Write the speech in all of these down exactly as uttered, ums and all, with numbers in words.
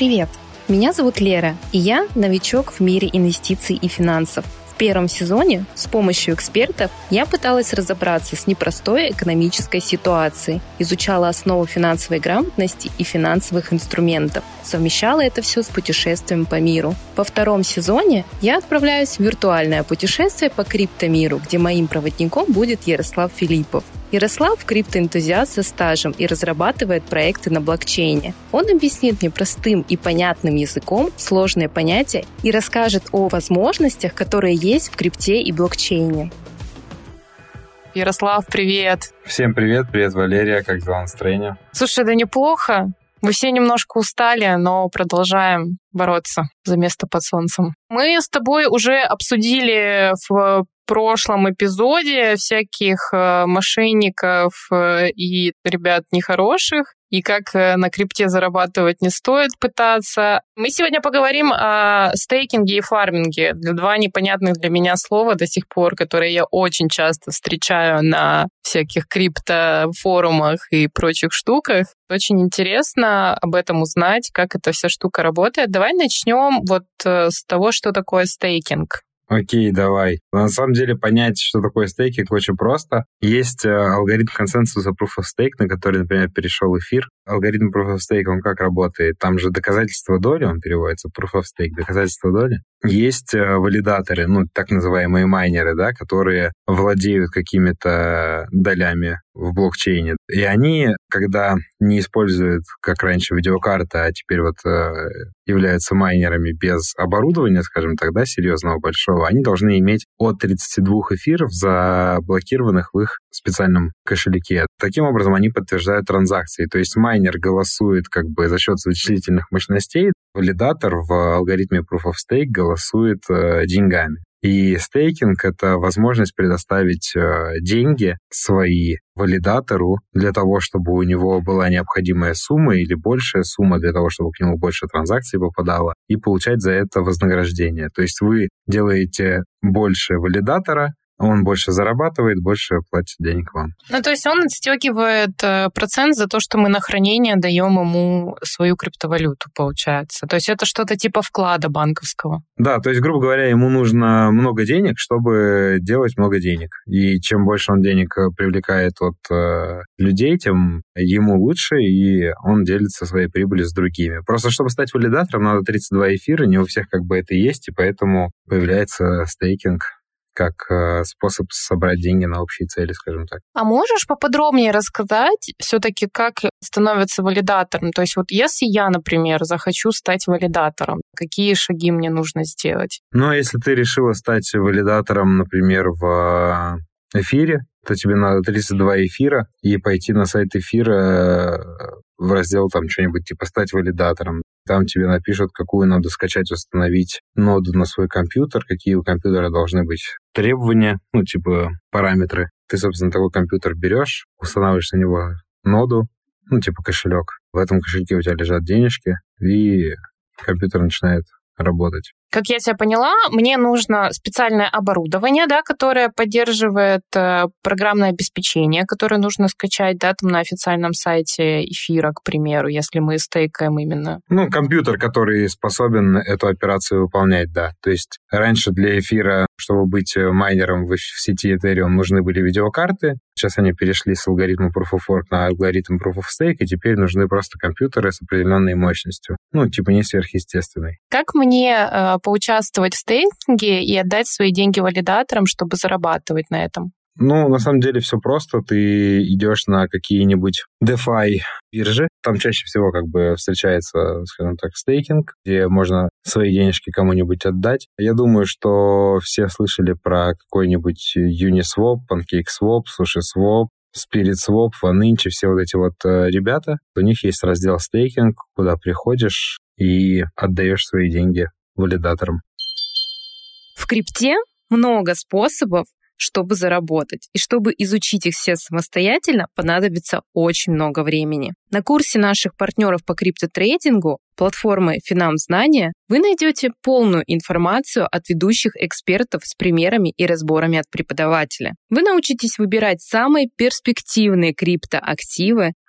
Привет! Меня зовут Лера, и я новичок в мире инвестиций и финансов. В первом сезоне с помощью экспертов я пыталась разобраться с непростой экономической ситуацией, изучала основу финансовой грамотности и финансовых инструментов, совмещала это все с путешествием по миру. Во втором сезоне я отправляюсь в виртуальное путешествие по криптомиру, где моим проводником будет Ярослав Филиппов. Ярослав – криптоэнтузиаст со стажем и разрабатывает проекты на блокчейне. Он объяснит мне простым и понятным языком сложные понятия и расскажет о возможностях, которые есть в крипте и блокчейне. Ярослав, привет! Всем привет, привет, Валерия, как дела, настроение? Слушай, да неплохо. Мы все немножко устали, но продолжаем бороться за место под солнцем. Мы с тобой уже обсудили в прошлом эпизоде всяких мошенников и ребят нехороших, и как на крипте зарабатывать не стоит пытаться. Мы сегодня поговорим о стейкинге и фарминге. Два непонятных для меня слова до сих пор, которые я очень часто встречаю на всяких криптофорумах и прочих штуках. Очень интересно об этом узнать, как эта вся штука работает. Давай начнем вот с того, что такое стейкинг. Окей, давай. На самом деле понять, что такое стейкинг, очень просто. Есть алгоритм консенсуса Proof of Stake, на который, например, перешел эфир. Алгоритм Proof of Stake, он как работает? Там же доказательство доли, он переводится, Proof of Stake, доказательство доли. Есть валидаторы, ну, так называемые майнеры, да, которые владеют какими-то долями в блокчейне. И они, когда не используют, как раньше, видеокарты, а теперь вот э, являются майнерами без оборудования, скажем так, да, серьезного, большого, они должны иметь от тридцати двух эфиров заблокированных в их специальном кошельке. Таким образом, они подтверждают транзакции. То есть майнер голосует как бы за счет вычислительных мощностей, валидатор в алгоритме Proof of Stake голосует э, деньгами. И стейкинг — это возможность предоставить э, деньги свои валидатору для того, чтобы у него была необходимая сумма или большая сумма для того, чтобы к нему больше транзакций попадало, и получать за это вознаграждение. То есть вы делаете больше валидатора, он больше зарабатывает, больше платит денег вам. Ну, то есть он отстегивает процент за то, что мы на хранение даем ему свою криптовалюту, получается. То есть это что-то типа вклада банковского. Да, то есть, грубо говоря, ему нужно много денег, чтобы делать много денег. И чем больше он денег привлекает от э, людей, тем ему лучше, и он делится своей прибылью с другими. Просто чтобы стать валидатором, надо тридцать два эфира, не у всех как бы это есть, и поэтому появляется стейкинг как э, способ собрать деньги на общие цели, скажем так. А можешь поподробнее рассказать все-таки, как становится валидатором? То есть вот если я, например, захочу стать валидатором, какие шаги мне нужно сделать? Ну, если ты решила стать валидатором, например, в эфире, то тебе надо тридцать два эфира и пойти на сайт эфира в раздел там что-нибудь типа «Стать валидатором». Там тебе напишут, какую надо скачать, установить ноду на свой компьютер, какие у компьютера должны быть требования, ну, типа параметры. Ты, собственно, такой компьютер берешь, устанавливаешь на него ноду, ну, типа кошелек. В этом кошельке у тебя лежат денежки, и компьютер начинает работать. Как я тебя поняла, мне нужно специальное оборудование, да, которое поддерживает э, программное обеспечение, которое нужно скачать, да, там на официальном сайте эфира, к примеру, если мы стейкаем именно. Ну, компьютер, который способен эту операцию выполнять, да. То есть раньше для эфира, чтобы быть майнером в сети Ethereum, нужны были видеокарты. Сейчас они перешли с алгоритма Proof of Work на алгоритм Proof of Stake, и теперь нужны просто компьютеры с определенной мощностью. Ну, типа не сверхъестественной. Как мне э, поучаствовать в стейкинге и отдать свои деньги валидаторам, чтобы зарабатывать на этом? Ну, на самом деле все просто. Ты идешь на какие-нибудь DeFi биржи. Там чаще всего как бы встречается, скажем так, стейкинг, где можно свои денежки кому-нибудь отдать. Я думаю, что все слышали про какой-нибудь Uniswap, PancakeSwap, SushiSwap, SpiritSwap, OneInch, все вот эти вот ребята. У них есть раздел стейкинг, куда приходишь и отдаешь свои деньги валидаторам. В крипте много способов, чтобы заработать. И чтобы изучить их все самостоятельно, понадобится очень много времени. На курсе наших партнеров по криптотрейдингу платформы «Финам-знания» вы найдете полную информацию от ведущих экспертов с примерами и разборами от преподавателя. Вы научитесь выбирать самые перспективные криптоактивы,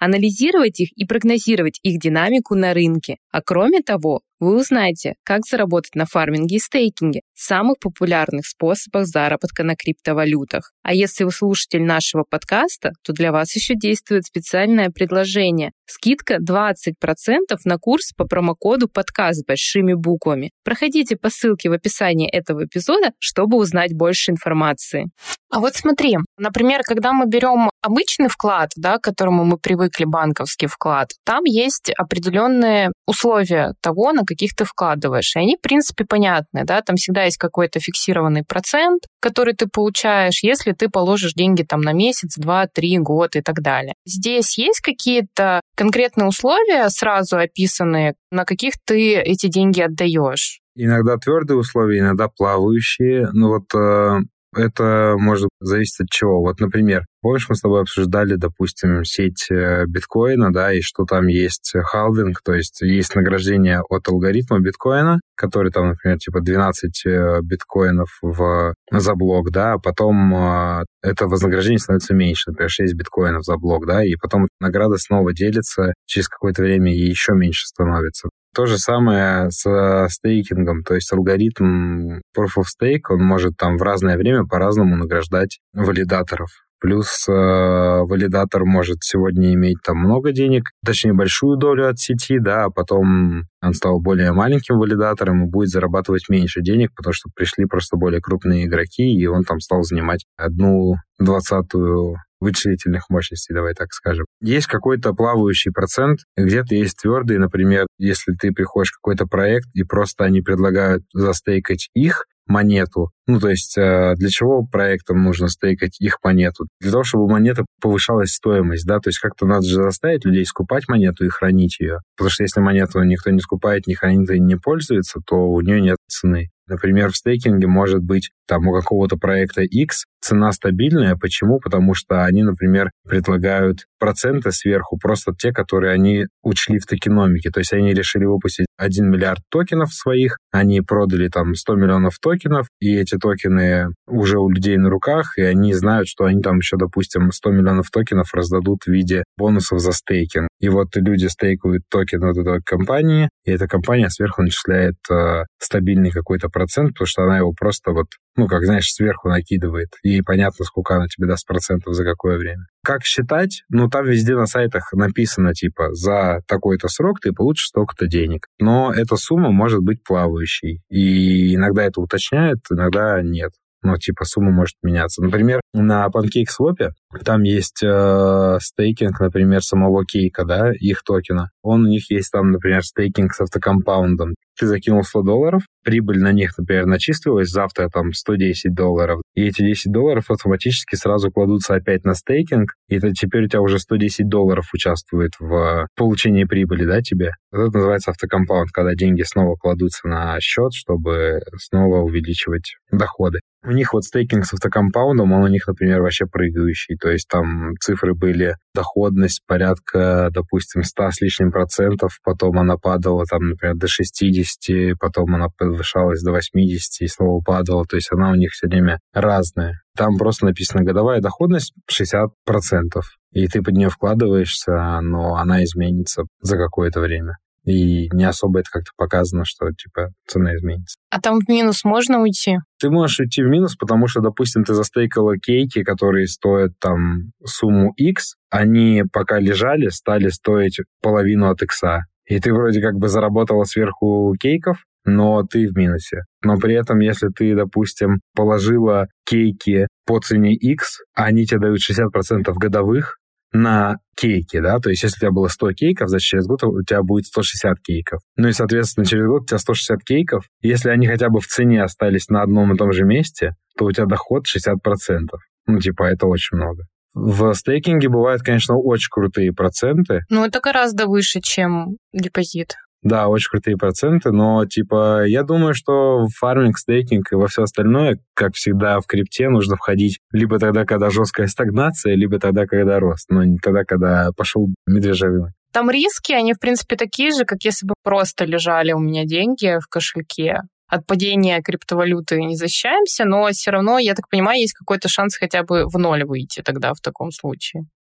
анализировать их и прогнозировать их динамику на рынке. А кроме того, вы узнаете, как заработать на фарминге и стейкинге, самых популярных способах заработка на криптовалютах. А если вы слушатель нашего подкаста, то для вас еще действует специальное предложение. Скидка двадцать процентов на курс по промокоду «Подкаст» с большими буквами. Проходите по ссылке в описании этого эпизода, чтобы узнать больше информации. А вот смотри, например, когда мы берем обычный вклад, да, к которому мы привыкли, банковский вклад, там есть определенные условия того, на каких ты вкладываешь. И они, в принципе, понятны. Да? Там всегда есть какой-то фиксированный процент, который ты получаешь, если ты положишь деньги там на месяц, два, три, год и так далее. Здесь есть какие-то конкретные условия, сразу описанные, на каких ты эти деньги отдаешь? Иногда твердые условия, иногда плавающие. Ну вот э, это может зависеть от чего. Вот, например, помнишь, мы с тобой обсуждали, допустим, сеть биткоина, да, и что там есть халвинг, то есть есть награждение от алгоритма биткоина, который там, например, типа двенадцать биткоинов в, за блок, да, а потом э, это вознаграждение становится меньше, например, шесть биткоинов за блок, да, и потом награда снова делится, через какое-то время и еще меньше становится. То же самое с стейкингом, то есть алгоритм Proof of Stake, он может там в разное время по-разному награждать валидаторов. Плюс э, валидатор может сегодня иметь там много денег, точнее большую долю от сети, да, а потом он стал более маленьким валидатором и будет зарабатывать меньше денег, потому что пришли просто более крупные игроки, и он там стал занимать одну двадцатую вычислительных мощностей, давай так скажем. Есть какой-то плавающий процент, где-то есть твердый, например, если ты приходишь в какой-то проект, и просто они предлагают застейкать их монету. Ну, то есть для чего проектам нужно стейкать их монету? Для того, чтобы у монеты повышалась стоимость, да, то есть как-то надо же заставить людей скупать монету и хранить ее. Потому что если монету никто не скупает, не хранит и не пользуется, то у нее нет цены. Например, в стейкинге может быть там у какого-то проекта X цена стабильная. Почему? Потому что они, например, предлагают проценты сверху, просто те, которые они учли в токеномике. То есть они решили выпустить один миллиард токенов своих, они продали там сто миллионов токенов, и эти токены уже у людей на руках, и они знают, что они там еще, допустим, сто миллионов токенов раздадут в виде бонусов за стейкинг. И вот люди стейкают токены вот этой компании, и эта компания сверху начисляет э, стабильный какой-то процент, потому что она его просто вот, ну, как, знаешь, сверху накидывает. И понятно, сколько она тебе даст процентов за какое время. Как считать? Ну, там везде на сайтах написано, типа, за такой-то срок ты получишь столько-то денег. Но эта сумма может быть плавающей. И иногда это уточняют, иногда нет. Ну, типа, сумма может меняться. Например, на PancakeSwap там есть э, стейкинг, например, самого кейка, да, их токена. Он, у них есть там, например, стейкинг с автокомпаундом. Ты закинул сто долларов, прибыль на них, например, начислилась, завтра там сто десять долларов, и эти десять долларов автоматически сразу кладутся опять на стейкинг, и это теперь у тебя уже сто десять долларов участвует в получении прибыли, да, тебе? Вот это называется автокомпаунд, когда деньги снова кладутся на счет, чтобы снова увеличивать доходы. У них вот стейкинг с автокомпаундом, он у них, например, вообще прыгающий, то есть там цифры были, доходность порядка, допустим, сто с лишним процентов, потом она падала там, например, до шестидесяти, потом она повышалась до восьмидесяти и снова падала, то есть она у них все время разная. Там просто написано годовая доходность шестьдесят процентов, и ты под нее вкладываешься, но она изменится за какое-то время. И не особо это как-то показано, что, типа, цена изменится. А там в минус можно уйти? Ты можешь уйти в минус, потому что, допустим, ты застейкала кейки, которые стоят там сумму X, они пока лежали, стали стоить половину от X. И ты вроде как бы заработала сверху кейков, но ты в минусе. Но при этом, если ты, допустим, положила кейки по цене X, а они тебе дают шестьдесят процентов годовых, на кейки, да, то есть если у тебя было сто кейков, значит, через год у тебя будет сто шестьдесят кейков. Ну и, соответственно, через год у тебя сто шестьдесят кейков. Если они хотя бы в цене остались на одном и том же месте, то у тебя доход шестьдесят процентов. Ну, типа, это очень много. В стейкинге бывают, конечно, очень крутые проценты. Ну, это гораздо выше, чем депозит. Да, очень крутые проценты, но, типа, я думаю, что в фарминг, стейкинг и во все остальное, как всегда в крипте, нужно входить либо тогда, когда жесткая стагнация, либо тогда, когда рост, но не тогда, когда пошел медвежий рынок. Там риски, они, в принципе, такие же, как если бы просто лежали у меня деньги в кошельке. От падения криптовалюты не защищаемся, но все равно, я так понимаю, есть какой-то шанс хотя бы в ноль выйти тогда в таком случае.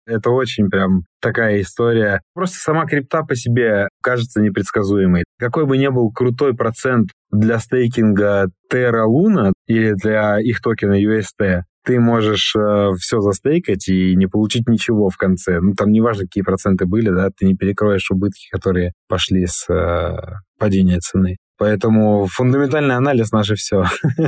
Это очень прям такая история. Просто сама крипта по себе кажется непредсказуемой. Какой бы ни был крутой процент для стейкинга Terra Luna или для их токена ю эс ти, ты можешь э, все застейкать и не получить ничего в конце. Ну, там неважно, какие проценты были, да, ты не перекроешь убытки, которые пошли с э, падения цены. Поэтому фундаментальный анализ наше все.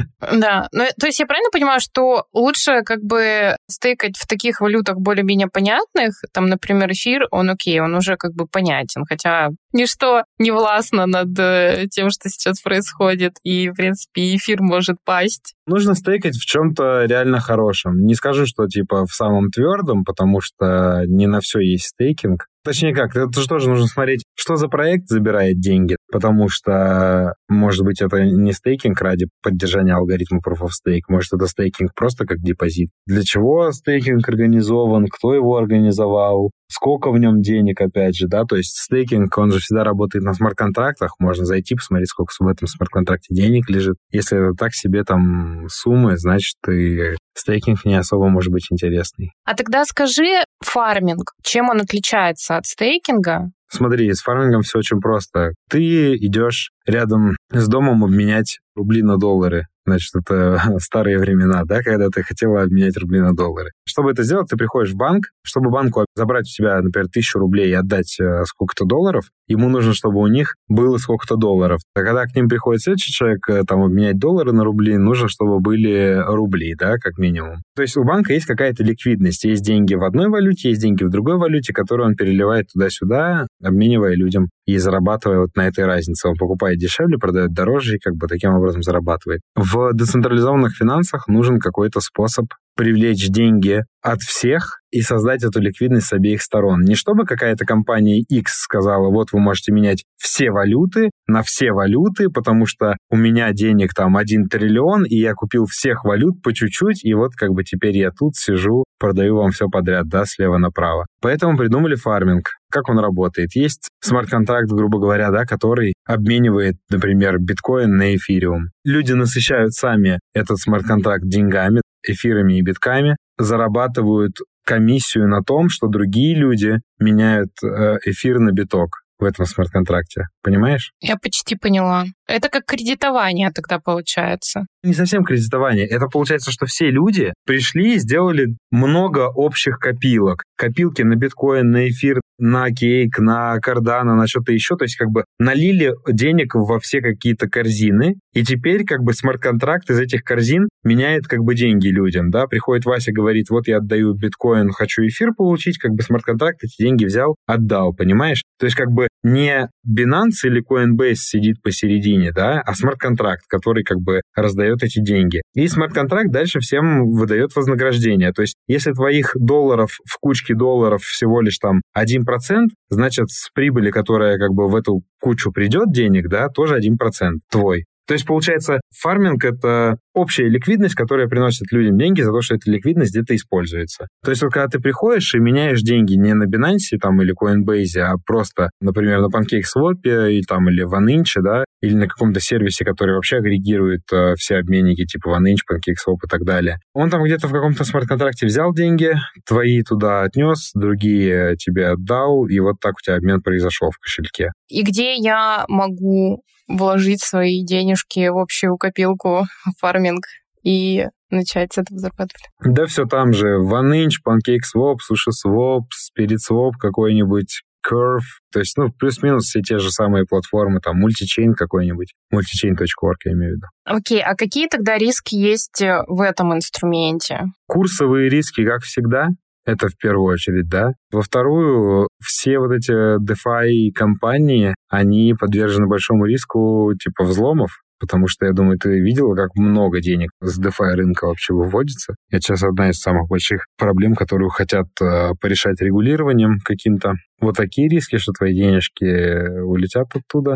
Да, ну, то есть я правильно понимаю, что лучше как бы стейкать в таких валютах более-менее понятных, там, например, эфир, он окей, он уже как бы понятен, хотя ничто не властно над тем, что сейчас происходит, и, в принципе, эфир может пасть. Нужно стейкать в чем-то реально хорошем. Не скажу, что типа в самом твердом, потому что не на все есть стейкинг. Точнее как, это же тоже нужно смотреть, что за проект забирает деньги, потому что, может быть, это не стейкинг ради поддержания алгоритма Proof of Stake, может, это стейкинг просто как депозит. Для чего стейкинг организован, кто его организовал, сколько в нем денег, опять же, да, то есть стейкинг, он же всегда работает на смарт-контрактах, можно зайти, посмотреть, сколько в этом смарт-контракте денег лежит. Если это так себе там суммы, значит, и стейкинг не особо может быть интересный. А тогда скажи, фарминг, чем он отличается от стейкинга? Смотри, с фармингом все очень просто. Ты идешь рядом с домом обменять рубли на доллары. Значит, это старые времена, да, когда ты хотела обменять рубли на доллары. Чтобы это сделать, ты приходишь в банк. Чтобы банку забрать у тебя, например, тысячу рублей и отдать э, сколько-то долларов, ему нужно, чтобы у них было сколько-то долларов. А когда к ним приходит следующий человек, э, там, обменять доллары на рубли, нужно, чтобы были рубли, да, как минимум. То есть у банка есть какая-то ликвидность. Есть деньги в одной валюте, есть деньги в другой валюте, которые он переливает туда-сюда, обменивая людям и зарабатывая вот на этой разнице. Он покупает дешевле, продает дороже и как бы таким образом зарабатывает. В децентрализованных финансах нужен какой-то способ привлечь деньги от всех и создать эту ликвидность с обеих сторон. Не чтобы какая-то компания X сказала, вот вы можете менять все валюты на все валюты, потому что у меня денег там один триллион, и я купил всех валют по чуть-чуть, и вот как бы теперь я тут сижу, продаю вам все подряд, да, слева направо. Поэтому придумали фарминг. Как он работает? Есть смарт-контракт, грубо говоря, да, который обменивает, например, биткоин на эфириум. Люди насыщают сами этот смарт-контракт деньгами, эфирами и битками, зарабатывают комиссию на том, что другие люди меняют эфир на биток в этом смарт-контракте. Понимаешь? Я почти поняла. Это как кредитование тогда получается. Не совсем кредитование. Это получается, что все люди пришли и сделали много общих копилок. Копилки на биткоин, на эфир, на кейк, на кардано, на что-то еще. То есть как бы налили денег во все какие-то корзины, и теперь как бы смарт-контракт из этих корзин меняет как бы деньги людям. Да? Приходит Вася, говорит, вот я отдаю биткоин, хочу эфир получить, как бы смарт-контракт эти деньги взял, отдал, понимаешь? То есть как бы не Binance или Coinbase сидит посередине, да, а смарт-контракт, который как бы раздает эти деньги. И смарт-контракт дальше всем выдает вознаграждение. То есть если твоих долларов в кучке долларов всего лишь там один процент, значит с прибыли, которая как бы в эту кучу придет денег, да, тоже один процент твой. То есть, получается, фарминг — это общая ликвидность, которая приносит людям деньги за то, что эта ликвидность где-то используется. То есть, вот когда ты приходишь и меняешь деньги не на Binance там, или Coinbase, а просто, например, на PancakeSwap или, там, или OneInch, да, или на каком-то сервисе, который вообще агрегирует э, все обменники типа OneInch, PancakeSwap и так далее. Он там где-то в каком-то смарт-контракте взял деньги, твои туда отнес, другие тебе отдал, и вот так у тебя обмен произошел в кошельке. И где я могу вложить свои денежки в общую копилку, фарминг, и начать с этого зарабатывать? Да все там же. OneInch, PancakeSwap, SushiSwap, SpiritSwap какой-нибудь, Curve. То есть, ну, плюс-минус все те же самые платформы, там, Multichain какой-нибудь, multichain точка орг, я имею в виду. Окей, а какие тогда риски есть в этом инструменте? Курсовые риски, как всегда. Это в первую очередь, да. Во вторую, все вот эти DeFi-компании, они подвержены большому риску типа взломов, потому что, я думаю, ты видела, как много денег с DeFi рынка вообще выводится. Это сейчас одна из самых больших проблем, которую хотят э, порешать регулированием каким-то. Вот такие риски, что твои денежки улетят оттуда.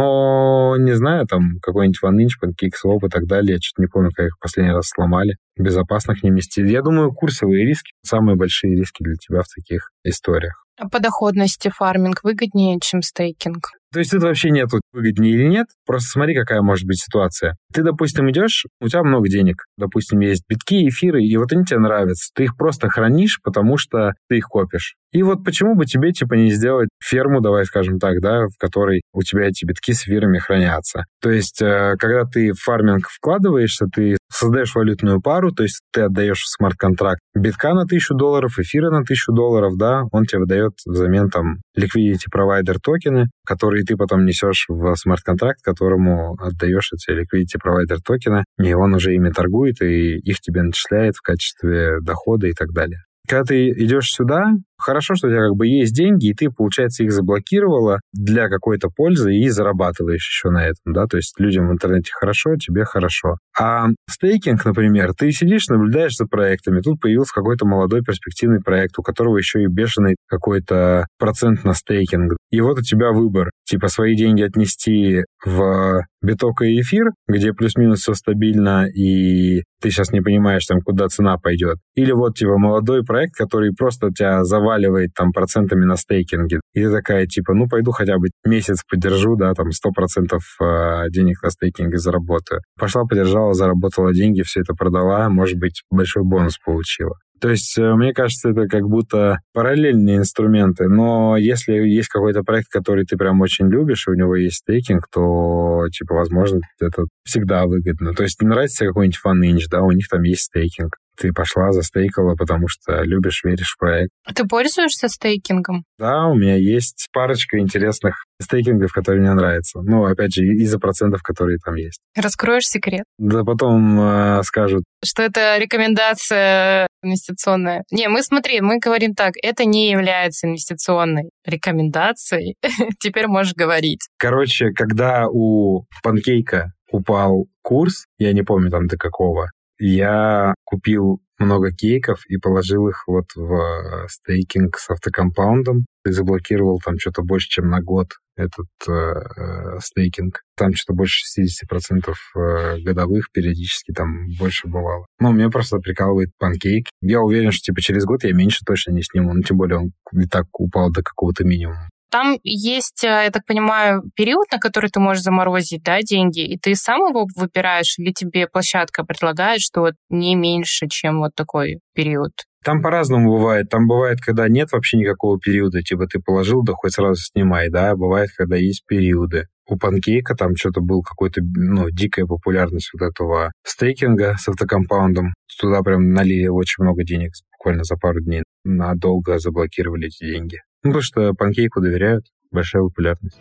Но, не знаю, там, какой-нибудь OneInch, PancakeSwap и так далее, я что-то не помню, как их последний раз сломали. Безопасно к ним нести. Я думаю, курсовые риски — самые большие риски для тебя в таких историях. А по доходности фарминг выгоднее, чем стейкинг? То есть тут вообще нет выгоднее или нет, просто смотри, какая может быть ситуация. Ты, допустим, идешь, у тебя много денег, допустим, есть битки, эфиры, и вот они тебе нравятся. Ты их просто хранишь, потому что ты их копишь. И вот почему бы тебе, типа, не сделать ферму, давай скажем так, да, в которой у тебя эти битки с эфирами хранятся. То есть, когда ты в фарминг вкладываешься, ты создаешь валютную пару, то есть ты отдаешь в смарт-контракт битка на тысячу долларов, эфира на тысячу долларов, да, он тебе выдает взамен там liquidity provider токены, которые ты потом несешь в смарт-контракт, которому отдаешь эти liquidity provider токены, и он уже ими торгует, и их тебе начисляет в качестве дохода и так далее. Когда ты идешь сюда, хорошо, что у тебя как бы есть деньги, и ты, получается, их заблокировала для какой-то пользы и зарабатываешь еще на этом, да, то есть людям в интернете хорошо, тебе хорошо. А стейкинг, например, ты сидишь, наблюдаешь за проектами, тут появился какой-то молодой перспективный проект, у которого еще и бешеный какой-то процент на стейкинг. И вот у тебя выбор, типа свои деньги отнести в биток и эфир, где плюс-минус все стабильно, и ты сейчас не понимаешь, там, куда цена пойдет. Или вот, типа, молодой проект, который просто тебя заваливает там процентами на стейкинге. И ты такая, типа, ну, пойду хотя бы месяц подержу, да, там, сто процентов денег на стейкинге заработаю. Пошла, подержала, заработала деньги, все это продала, может быть, большой бонус получила. То есть, мне кажется, это как будто параллельные инструменты, но если есть какой-то проект, который ты прям очень любишь, и у него есть стейкинг, то, типа, возможно, это всегда выгодно. То есть, нравится тебе какой-нибудь FunInch, да, у них там есть стейкинг. Ты пошла, застейкала, потому что любишь, веришь в проект. Ты пользуешься стейкингом? Да, у меня есть парочка интересных стейкингов, которые мне нравятся. Ну, опять же, из-за процентов, которые там есть. Раскроешь секрет? Да потом э, скажут. Что это рекомендация инвестиционная. Не, мы смотри, мы говорим так, это не является инвестиционной рекомендацией. Теперь можешь говорить. Короче, когда у Панкейка упал курс, я не помню там до какого, я купил много кейков и положил их вот в стейкинг с автокомпаундом и заблокировал там что-то больше, чем на год этот э, стейкинг. Там что-то больше шестьдесят процентов э, годовых, периодически там больше бывало. Ну, меня просто прикалывает панкейк. Я уверен, что типа через год я меньше точно не сниму, ну, тем более он и так упал до какого-то минимума. Там есть, я так понимаю, период, на который ты можешь заморозить, да, деньги, и ты сам его выбираешь, или тебе площадка предлагает, что вот не меньше, чем вот такой период? Там по-разному бывает. Там бывает, когда нет вообще никакого периода, типа ты положил, да хоть сразу снимай, да. Бывает, когда есть периоды. У Панкейка там что-то был какой-то, ну, дикая популярность вот этого стейкинга с автокомпаундом. Туда прям налили очень много денег буквально за пару дней. Надолго заблокировали эти деньги. Ну, потому что Панкейку доверяют. Большая популярность.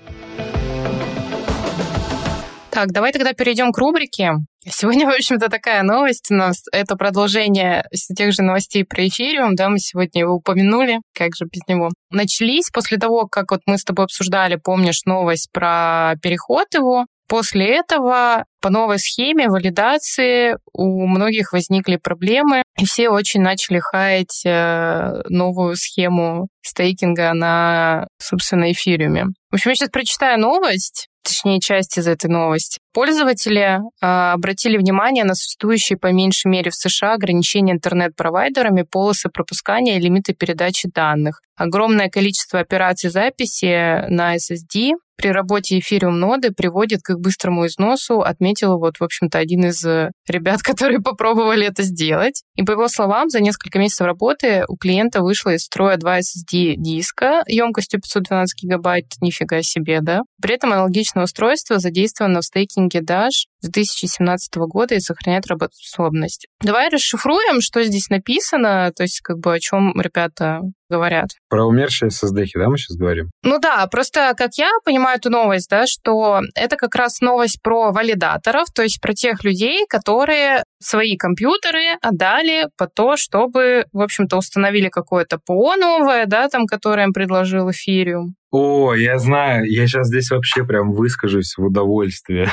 Так, давай тогда перейдем к рубрике. Сегодня, в общем-то, такая новость у нас. Это продолжение тех же новостей про эфириум. Да, мы сегодня его упомянули. Как же без него? Начались после того, как вот мы с тобой обсуждали, помнишь, новость про переход его. После этого по новой схеме валидации у многих возникли проблемы, и все очень начали хаять новую схему стейкинга на, собственно, эфириуме. В общем, я сейчас прочитаю новость, точнее, часть из этой новости. Пользователи э, обратили внимание на существующие по меньшей мере в США ограничения интернет-провайдерами, полосы пропускания и лимиты передачи данных. Огромное количество операций записи на эс эс ди при работе эфириум-ноды приводит к их быстрому износу, отметил вот, в общем-то, один из ребят, которые попробовали это сделать. И по его словам, за несколько месяцев работы у клиента вышло из строя два эс эс ди-диска емкостью пятьсот двенадцать гигабайт, нифига себе, да? При этом аналогичное устройство задействовано в стейкинге Dash две тысячи семнадцатого года и сохраняет работоспособность. Давай расшифруем, что здесь написано, то есть как бы о чем ребята говорят. Про умершие эс эс ди-хи, да, мы сейчас говорим? Ну да, просто как я понимаю эту новость, да, что это как раз новость про валидаторов, то есть про тех людей, которые свои компьютеры отдали по то, чтобы, в общем-то, установили какое-то ПО новое, да, там, которое им предложил эфириум. О, я знаю, я сейчас здесь вообще прям выскажусь в удовольствие.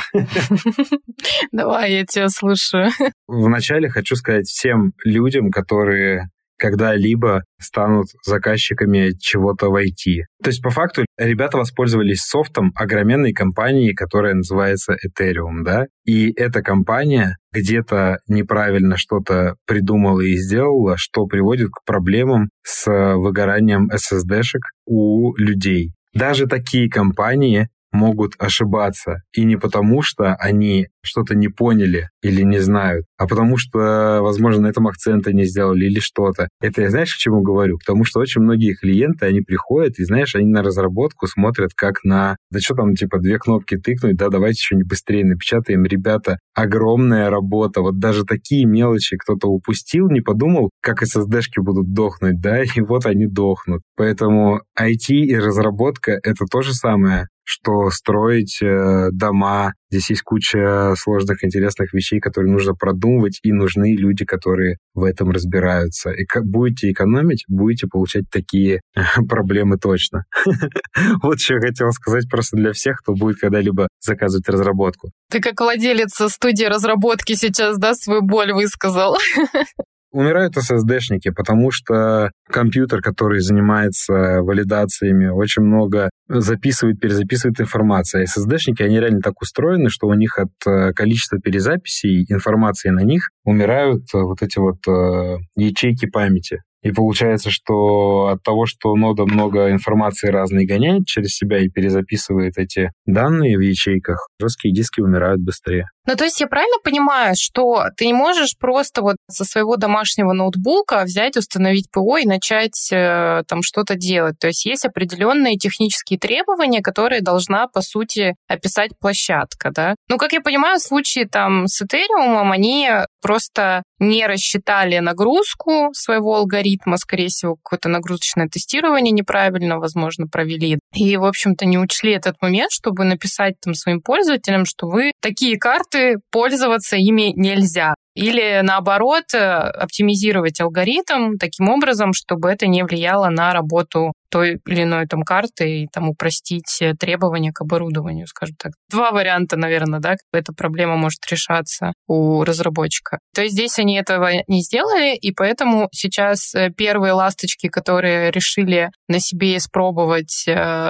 Давай, я тебя слушаю. Вначале хочу сказать всем людям, которые когда-либо станут заказчиками чего-то в ай ти. То есть, по факту, ребята воспользовались софтом огроменной компании, которая называется Ethereum, да? И эта компания где-то неправильно что-то придумала и сделала, что приводит к проблемам с выгоранием эс эс ди-шек у людей. Даже такие компании могут ошибаться. И не потому, что они что-то не поняли или не знают, а потому что, возможно, на этом акцента не сделали или что-то. Это я знаешь, к чему говорю? К тому, что очень многие клиенты, они приходят, и, знаешь, они на разработку смотрят как на... Да что там, типа, две кнопки тыкнуть, да, давайте что-нибудь быстрее напечатаем. Ребята, огромная работа. Вот даже такие мелочи кто-то упустил, не подумал, как эс эс ди-шки будут дохнуть, да, и вот они дохнут. Поэтому ай ти и разработка — это то же самое, что строить э, дома. Здесь есть куча сложных, интересных вещей, которые нужно продумывать, и нужны люди, которые в этом разбираются. И как будете экономить, будете получать такие проблемы точно. Вот что я хотел сказать просто для всех, кто будет когда-либо заказывать разработку. Ты как владелец студии разработки сейчас, да, свою боль высказал? Умирают эс эс ди-шники, потому что компьютер, который занимается валидациями, очень много записывает, перезаписывает информацию. эс эс ди-шники, они реально так устроены, что у них от количества перезаписей информации на них умирают вот эти вот ячейки памяти. И получается, что от того, что нода много информации разной гоняет через себя и перезаписывает эти данные в ячейках, жесткие диски умирают быстрее. Ну, то есть я правильно понимаю, что ты не можешь просто вот со своего домашнего ноутбука взять, установить ПО и начать э, там что-то делать? То есть есть определенные технические требования, которые должна, по сути, описать площадка, да? Ну, как я понимаю, в случае там с Ethereum они просто не рассчитали нагрузку своего алгоритма, скорее всего, какое-то нагрузочное тестирование неправильно, возможно, провели. И, в общем-то, не учли этот момент, чтобы написать там своим пользователям, что вы такие карты, пользоваться ими нельзя. Или, наоборот, оптимизировать алгоритм таким образом, чтобы это не влияло на работу той или иной там карты и там упростить требования к оборудованию, скажем так. Два варианта, наверное, да, как эта проблема может решаться у разработчика. То есть здесь они этого не сделали, и поэтому сейчас первые ласточки, которые решили на себе испробовать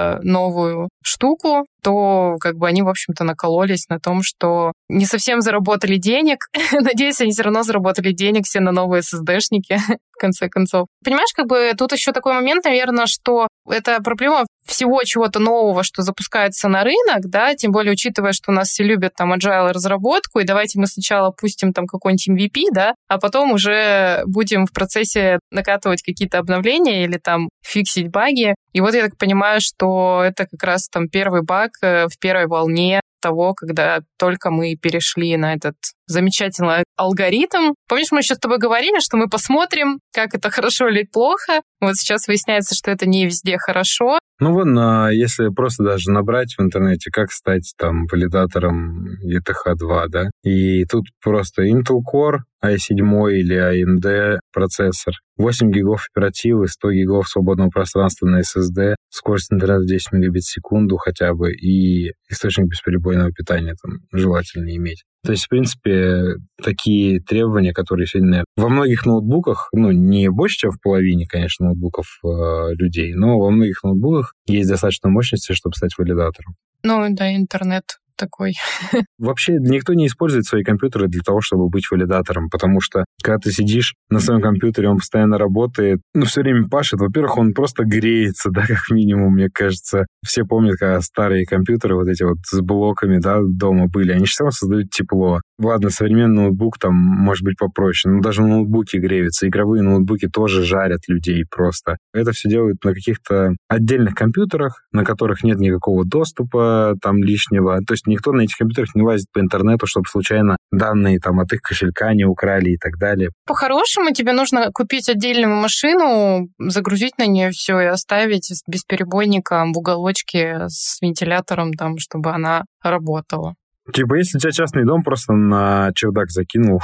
новую штуку, то как бы они, в общем-то, накололись на том, что не совсем заработали денег. Надеюсь, они все равно заработали денег все на новые эс эс ди-шники, в конце концов. Понимаешь, как бы тут еще такой момент, наверное, что это проблема всего чего-то нового, что запускается на рынок, да, тем более учитывая, что у нас все любят там agile разработку, и давайте мы сначала пустим там какой-нибудь эм ви пи, да, а потом уже будем в процессе накатывать какие-то обновления или там фиксить баги. И вот я так понимаю, что это как раз там первый баг в первой волне того, когда только мы перешли на этот замечательный алгоритм. Помнишь, мы еще с тобой говорили, что мы посмотрим, как это хорошо или плохо. Вот сейчас выясняется, что это не везде хорошо. Ну вон, если просто даже набрать в интернете, как стать там валидатором и ти эйч два, да, и тут просто Intel Core, ай семь или эй эм ди процессор, восемь гигов оперативы, сто гигов свободного пространства на эс эс ди, скорость интернета десять мегабит в секунду хотя бы, и источник бесперебойного питания там желательно иметь. То есть, в принципе, такие требования, которые сегодня во многих ноутбуках, ну, не больше, чем в половине, конечно, ноутбуков э, людей, но во многих ноутбуках есть достаточно мощности, чтобы стать валидатором. Ну, да, интернет такой. Вообще никто не использует свои компьютеры для того, чтобы быть валидатором, потому что когда ты сидишь на своем компьютере, он постоянно работает, ну, все время пашет. Во-первых, он просто греется, да, как минимум, мне кажется. Все помнят, когда старые компьютеры вот эти вот с блоками, да, дома были, они все равно создают тепло. Ладно, современный ноутбук там может быть попроще, но даже ноутбуки греются, игровые ноутбуки тоже жарят людей просто. Это все делают на каких-то отдельных компьютерах, на которых нет никакого доступа там лишнего. То есть никто на этих компьютерах не лазит по интернету, чтобы случайно данные там от их кошелька не украли и так далее. По-хорошему тебе нужно купить отдельную машину, загрузить на нее все и оставить с бесперебойником в уголочке с вентилятором, там, чтобы она работала. Типа, если у тебя частный дом, просто на чердак закинул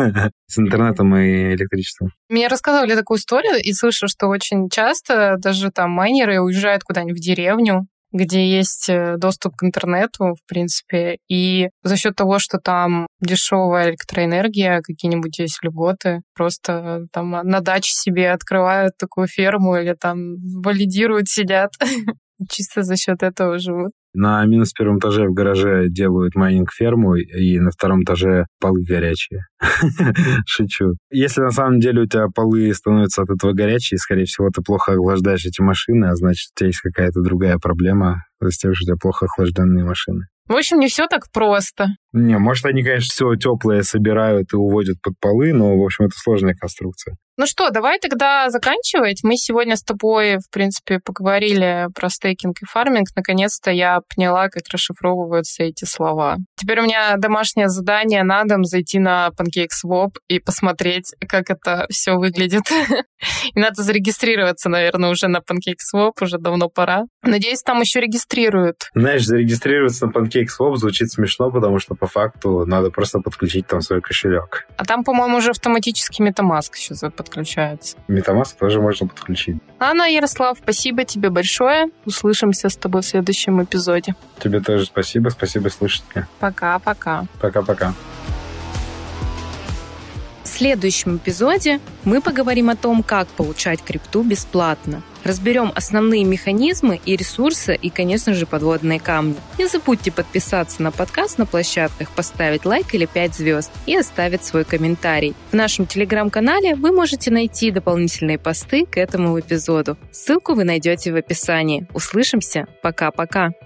с интернетом и электричеством. Мне рассказывали такую историю, и слышу, что очень часто даже там майнеры уезжают куда-нибудь в деревню, где есть доступ к интернету, в принципе, и за счет того, что там дешевая электроэнергия, какие-нибудь есть льготы, просто там на даче себе открывают такую ферму или там валидируют, сидят. Чисто за счет этого живут. На минус первом этаже в гараже делают майнинг-ферму, и на втором этаже полы горячие. Шучу. Если на самом деле у тебя полы становятся от этого горячие, скорее всего, ты плохо охлаждаешь эти машины, а значит, у тебя есть какая-то другая проблема с тем, что у тебя плохо охлажденные машины. В общем, не все так просто. Не, может, они, конечно, все теплое собирают и уводят под полы, но, в общем, это сложная конструкция. Ну что, давай тогда заканчивать. Мы сегодня с тобой, в принципе, поговорили про стейкинг и фарминг. Наконец-то я поняла, как расшифровываются эти слова. Теперь у меня домашнее задание на дом зайти на PancakeSwap и посмотреть, как это все выглядит. И надо зарегистрироваться, наверное, уже на PancakeSwap, уже давно пора. Надеюсь, там еще регистрируют. Знаешь, зарегистрироваться на PancakeSwap звучит смешно, потому что по факту надо просто подключить там свой кошелек. А там, по-моему, уже автоматически MetaMask сейчас подключается. MetaMask тоже можно подключить. Анна, Ярослав, спасибо тебе большое. Услышимся с тобой в следующем эпизоде. Тебе тоже спасибо. Спасибо слушателям. Пока-пока. Пока-пока. В следующем эпизоде мы поговорим о том, как получать крипту бесплатно. Разберем основные механизмы и ресурсы, и, конечно же, подводные камни. Не забудьте подписаться на подкаст на площадках, поставить лайк или пять звезд и оставить свой комментарий. В нашем телеграм-канале вы можете найти дополнительные посты к этому эпизоду. Ссылку вы найдете в описании. Услышимся. Пока-пока.